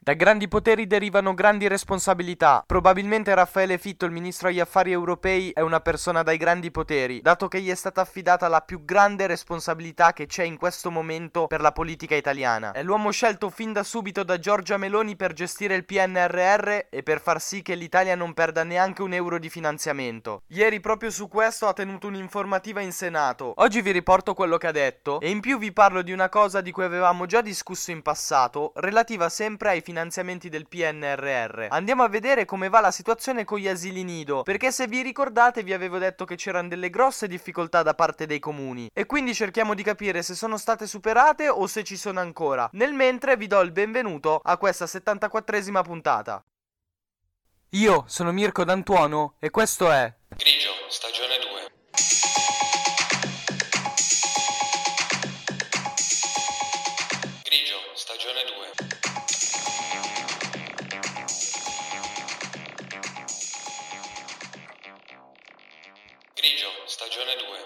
Da grandi poteri derivano grandi responsabilità. Probabilmente Raffaele Fitto, il ministro agli affari europei, è una persona dai grandi poteri, dato che gli è stata affidata la più grande responsabilità che c'è in questo momento per la politica italiana. È l'uomo scelto fin da subito da Giorgia Meloni per gestire il PNRR e per far sì che l'Italia non perda neanche un euro di finanziamento. Ieri proprio su questo ha tenuto un'informativa in Senato. Oggi vi riporto quello che ha detto e in più vi parlo di una cosa di cui avevamo già discusso in passato, relativa sempre ai finanziamenti del PNRR. Andiamo a vedere come va la situazione con gli asili nido, perché se vi ricordate vi avevo detto che c'erano delle grosse difficoltà da parte dei comuni e quindi cerchiamo di capire se sono state superate o se ci sono ancora. Nel mentre vi do il benvenuto a questa 74esima puntata. Io sono Mirko D'Antuono e questo è Grigio, stagione 2. Grigio, stagione 2. Grigio, stagione 2.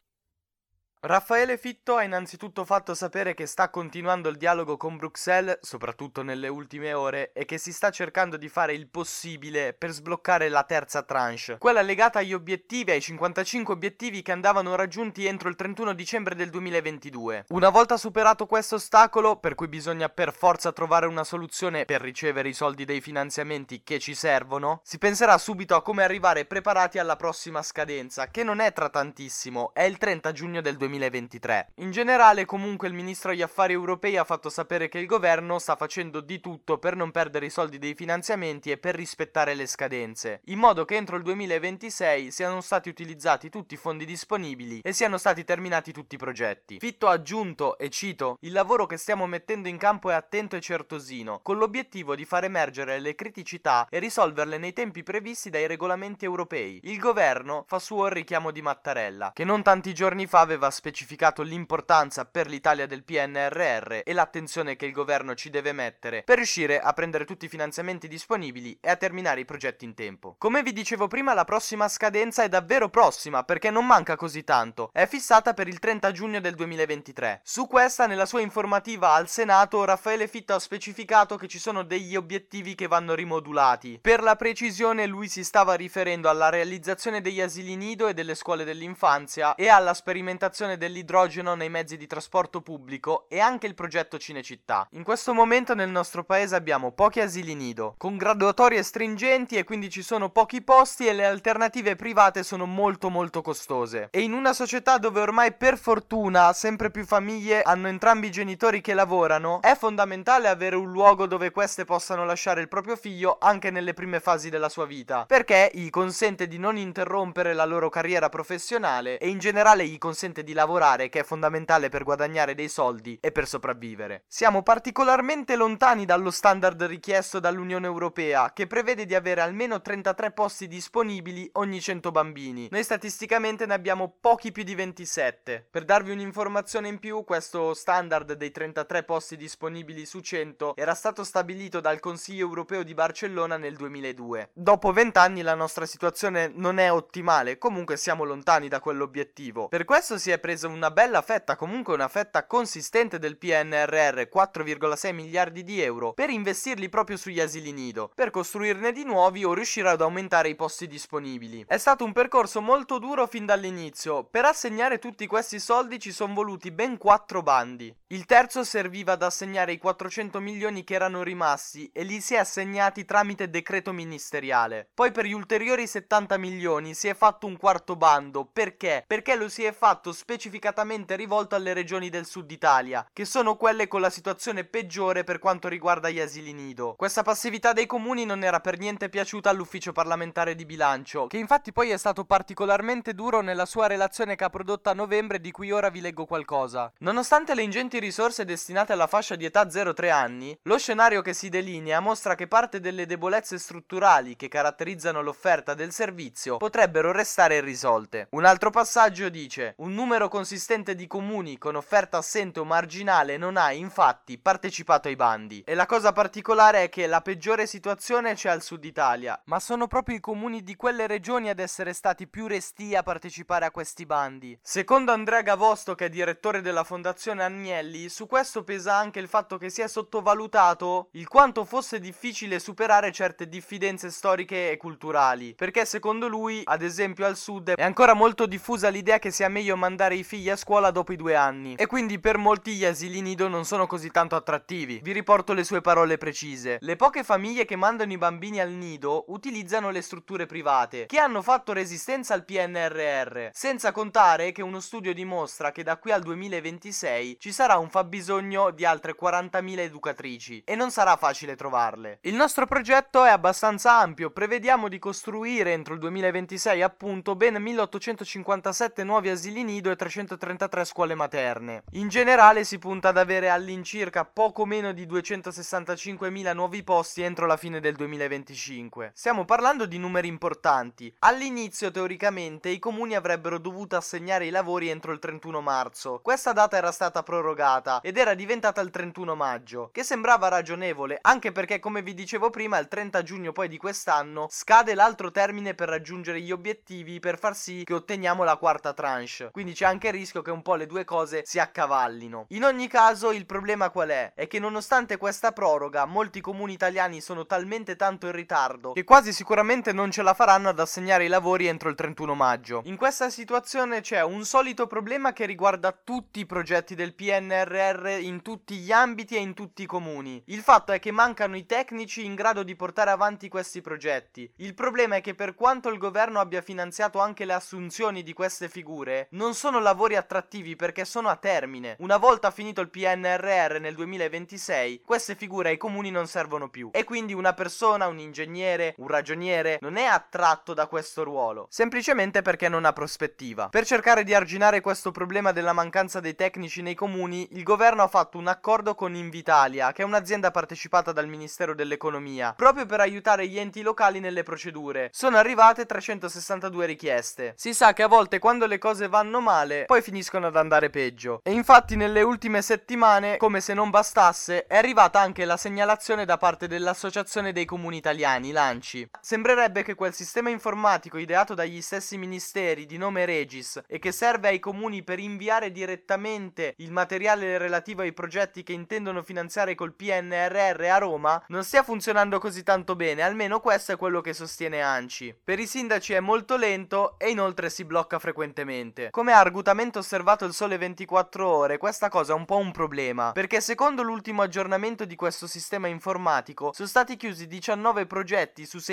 Raffaele Fitto ha innanzitutto fatto sapere che sta continuando il dialogo con Bruxelles, soprattutto nelle ultime ore, e che si sta cercando di fare il possibile per sbloccare la terza tranche, quella legata agli obiettivi, ai 55 obiettivi che andavano raggiunti entro il 31 dicembre del 2022. Una volta superato questo ostacolo, per cui bisogna per forza trovare una soluzione per ricevere i soldi dei finanziamenti che ci servono, si penserà subito a come arrivare preparati alla prossima scadenza, che non è tra tantissimo, è il 30 giugno del 2023. In generale, comunque, il ministro agli affari europei ha fatto sapere che il governo sta facendo di tutto per non perdere i soldi dei finanziamenti e per rispettare le scadenze, in modo che entro il 2026 siano stati utilizzati tutti i fondi disponibili e siano stati terminati tutti i progetti. Fitto ha aggiunto, e cito: "Il lavoro che stiamo mettendo in campo è attento e certosino, con l'obiettivo di far emergere le criticità e risolverle nei tempi previsti dai regolamenti europei. Il governo fa suo il richiamo di Mattarella, che non tanti giorni fa aveva specificato l'importanza per l'Italia del PNRR e l'attenzione che il governo ci deve mettere per riuscire a prendere tutti i finanziamenti disponibili e a terminare i progetti in tempo. Come vi dicevo prima, la prossima scadenza è davvero prossima, perché non manca così tanto. È fissata per il 30 giugno del 2023. Su questa, nella sua informativa al Senato, Raffaele Fitto ha specificato che ci sono degli obiettivi che vanno rimodulati. Per la precisione, lui si stava riferendo alla realizzazione degli asili nido e delle scuole dell'infanzia e alla sperimentazione dell'idrogeno nei mezzi di trasporto pubblico e anche il progetto Cinecittà. In questo momento nel nostro paese abbiamo pochi asili nido, con graduatorie stringenti, e quindi ci sono pochi posti e le alternative private sono molto costose. E in una società dove ormai per fortuna sempre più famiglie hanno entrambi i genitori che lavorano, è fondamentale avere un luogo dove queste possano lasciare il proprio figlio anche nelle prime fasi della sua vita, perché gli consente di non interrompere la loro carriera professionale e in generale gli consente di lavorare, che è fondamentale per guadagnare dei soldi e per sopravvivere. Siamo particolarmente lontani dallo standard richiesto dall'Unione Europea, che prevede di avere almeno 33 posti disponibili ogni 100 bambini. Noi statisticamente ne abbiamo pochi più di 27. Per darvi un'informazione in più, questo standard dei 33 posti disponibili su 100 era stato stabilito dal Consiglio Europeo di Barcellona nel 2002. Dopo 20 anni la nostra situazione non è ottimale, comunque siamo lontani da quell'obiettivo. Per questo si è presa una bella fetta, comunque una fetta consistente del PNRR, 4,6 miliardi di euro, per investirli proprio sugli asili nido, per costruirne di nuovi o riuscire ad aumentare i posti disponibili. È stato un percorso molto duro fin dall'inizio. Per assegnare tutti questi soldi ci sono voluti ben 4 bandi. Il terzo serviva ad assegnare i 400 milioni che erano rimasti e li si è assegnati tramite decreto ministeriale. Poi per gli ulteriori 70 milioni si è fatto un quarto bando. Perché? Perché lo si è fatto specificatamente rivolto alle regioni del sud Italia, che sono quelle con la situazione peggiore per quanto riguarda gli asili nido. Questa passività dei comuni non era per niente piaciuta all'ufficio parlamentare di bilancio, che infatti poi è stato particolarmente duro nella sua relazione che ha prodotto a novembre, di cui ora vi leggo qualcosa. Nonostante le ingenti risorse destinate alla fascia di età 0-3 anni, lo scenario che si delinea mostra che parte delle debolezze strutturali che caratterizzano l'offerta del servizio potrebbero restare irrisolte. Un altro passaggio dice: un numero numero consistente di comuni con offerta assente o marginale non ha infatti partecipato ai bandi. E la cosa particolare è che la peggiore situazione c'è al sud Italia, ma sono proprio i comuni di quelle regioni ad essere stati più restii a partecipare a questi bandi. Secondo Andrea Gavosto, che è direttore della Fondazione Agnelli, su questo pesa anche il fatto che si è sottovalutato il quanto fosse difficile superare certe diffidenze storiche e culturali, perché secondo lui, ad esempio al sud, è ancora molto diffusa l'idea che sia meglio mandare i figli a scuola dopo i 2 anni, e quindi per molti gli asili nido non sono così tanto attrattivi. Vi riporto le sue parole precise: le poche famiglie che mandano i bambini al nido utilizzano le strutture private, che hanno fatto resistenza al PNRR, senza contare che uno studio dimostra che da qui al 2026 ci sarà un fabbisogno di altre 40.000 educatrici, e non sarà facile trovarle. Il nostro progetto è abbastanza ampio, prevediamo di costruire entro il 2026 appunto ben 1857 nuovi asili nido e 333 scuole materne. In generale si punta ad avere all'incirca poco meno di 265.000 nuovi posti entro la fine del 2025. Stiamo parlando di numeri importanti. All'inizio teoricamente i comuni avrebbero dovuto assegnare i lavori entro il 31 marzo. Questa data era stata prorogata ed era diventata il 31 maggio, che sembrava ragionevole, anche perché, come vi dicevo prima, il 30 giugno poi di quest'anno scade l'altro termine per raggiungere gli obiettivi, per far sì che otteniamo la quarta tranche. Quindi c'è anche il rischio che un po' le due cose si accavallino. In ogni caso, il problema qual è? È che nonostante questa proroga, molti comuni italiani sono talmente tanto in ritardo che quasi sicuramente non ce la faranno ad assegnare i lavori entro il 31 maggio. In questa situazione c'è un solito problema che riguarda tutti i progetti del PNRR in tutti gli ambiti e in tutti i comuni. Il fatto è che mancano i tecnici in grado di portare avanti questi progetti. Il problema è che per quanto il governo abbia finanziato anche le assunzioni di queste figure, non sono lavori attrattivi perché sono a termine. Una volta finito il PNRR nel 2026, queste figure ai comuni non servono più, e quindi una persona, un ingegnere, un ragioniere non è attratto da questo ruolo, semplicemente perché non ha prospettiva. Per cercare di arginare questo problema della mancanza dei tecnici nei comuni, il governo ha fatto un accordo con Invitalia, che è un'azienda partecipata dal Ministero dell'Economia, proprio per aiutare gli enti locali nelle procedure. Sono arrivate 362 richieste. Si sa che a volte quando le cose vanno male, poi finiscono ad andare peggio. E infatti nelle ultime settimane, come se non bastasse, è arrivata anche la segnalazione da parte dell'Associazione dei Comuni Italiani, l'ANCI. Sembrerebbe che quel sistema informatico ideato dagli stessi ministeri di nome Regis e che serve ai comuni per inviare direttamente il materiale relativo ai progetti che intendono finanziare col PNRR a Roma non stia funzionando così tanto bene, almeno questo è quello che sostiene ANCI. Per i sindaci è molto lento e inoltre si blocca frequentemente. Come ha argutamente osservato il Sole 24 Ore, questa cosa è un po' un problema, perché secondo l'ultimo aggiornamento di questo sistema informatico sono stati chiusi 19 progetti su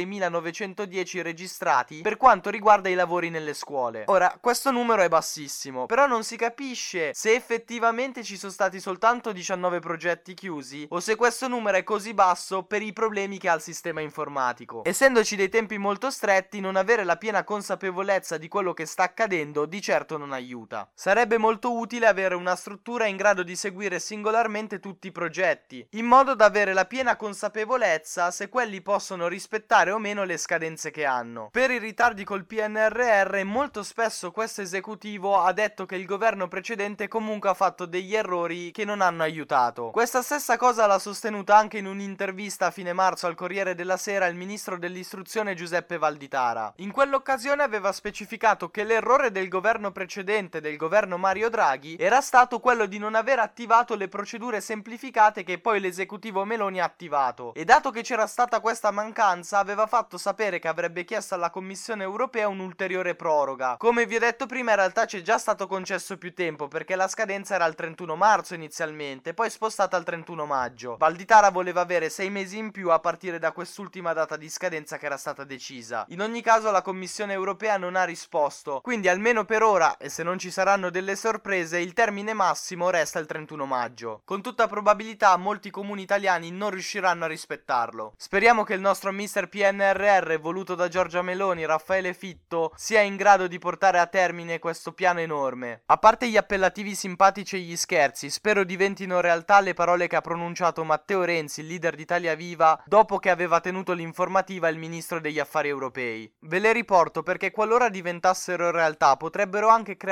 6.910 registrati per quanto riguarda i lavori nelle scuole. Ora, questo numero è bassissimo, però non si capisce se effettivamente ci sono stati soltanto 19 progetti chiusi o se questo numero è così basso per i problemi che ha il sistema informatico. Essendoci dei tempi molto stretti, non avere la piena consapevolezza di quello che sta accadendo di certo non aiuta. Sarebbe molto utile avere una struttura in grado di seguire singolarmente tutti i progetti, in modo da avere la piena consapevolezza se quelli possono rispettare o meno le scadenze che hanno. Per i ritardi col PNRR, molto spesso questo esecutivo ha detto che il governo precedente comunque ha fatto degli errori che non hanno aiutato. Questa stessa cosa l'ha sostenuta anche in un'intervista a fine marzo al Corriere della Sera il ministro dell'istruzione Giuseppe Valditara. In quell'occasione aveva specificato che l'errore del governo precedente, del governo Mario Draghi, era stato quello di non aver attivato le procedure semplificate che poi l'esecutivo Meloni ha attivato, e dato che c'era stata questa mancanza aveva fatto sapere che avrebbe chiesto alla Commissione europea un'ulteriore proroga. Come vi ho detto prima, in realtà c'è già stato concesso più tempo perché la scadenza era il 31 marzo inizialmente, poi spostata al 31 maggio. Valditara voleva avere 6 mesi in più a partire da quest'ultima data di scadenza che era stata decisa. In ogni caso la Commissione europea non ha risposto, quindi almeno per ora, e se non ci saranno delle sorprese, il termine massimo resta il 31 maggio. Con tutta probabilità molti comuni italiani non riusciranno a rispettarlo. Speriamo che il nostro Mr. PNRR voluto da Giorgia Meloni, Raffaele Fitto, sia in grado di portare a termine questo piano enorme. A parte gli appellativi simpatici e gli scherzi, spero diventino realtà le parole che ha pronunciato Matteo Renzi, il leader di Italia Viva, dopo che aveva tenuto l'informativa il ministro degli affari europei. Ve le riporto perché qualora diventassero realtà potrebbero anche creare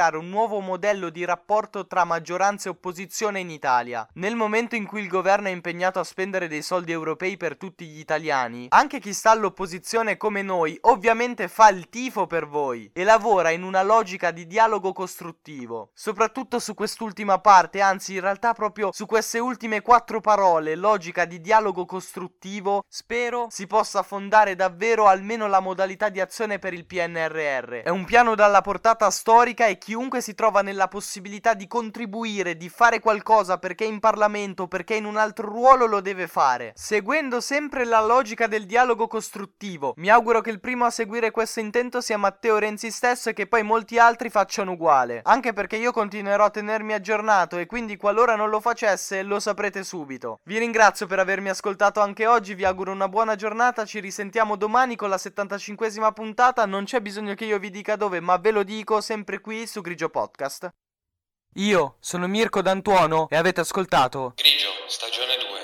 instaurare un nuovo modello di rapporto tra maggioranza e opposizione in Italia. Nel momento in cui il governo è impegnato a spendere dei soldi europei per tutti gli italiani, anche chi sta all'opposizione come noi ovviamente fa il tifo per voi e lavora in una logica di dialogo costruttivo. Soprattutto su quest'ultima parte, anzi in realtà proprio su queste ultime 4 parole, logica di dialogo costruttivo, spero si possa fondare davvero almeno la modalità di azione per il PNRR. È un piano dalla portata storica e chiunque si trova nella possibilità di contribuire, di fare qualcosa perché è in Parlamento, perché è in un altro ruolo, lo deve fare, seguendo sempre la logica del dialogo costruttivo. Mi auguro che il primo a seguire questo intento sia Matteo Renzi stesso e che poi molti altri facciano uguale, anche perché io continuerò a tenermi aggiornato e quindi qualora non lo facesse lo saprete subito. Vi ringrazio per avermi ascoltato anche oggi, vi auguro una buona giornata, ci risentiamo domani con la 75esima puntata, non c'è bisogno che io vi dica dove, ma ve lo dico sempre qui su Grigio Podcast. Io sono Mirko D'Antuono e avete ascoltato Grigio, stagione 2.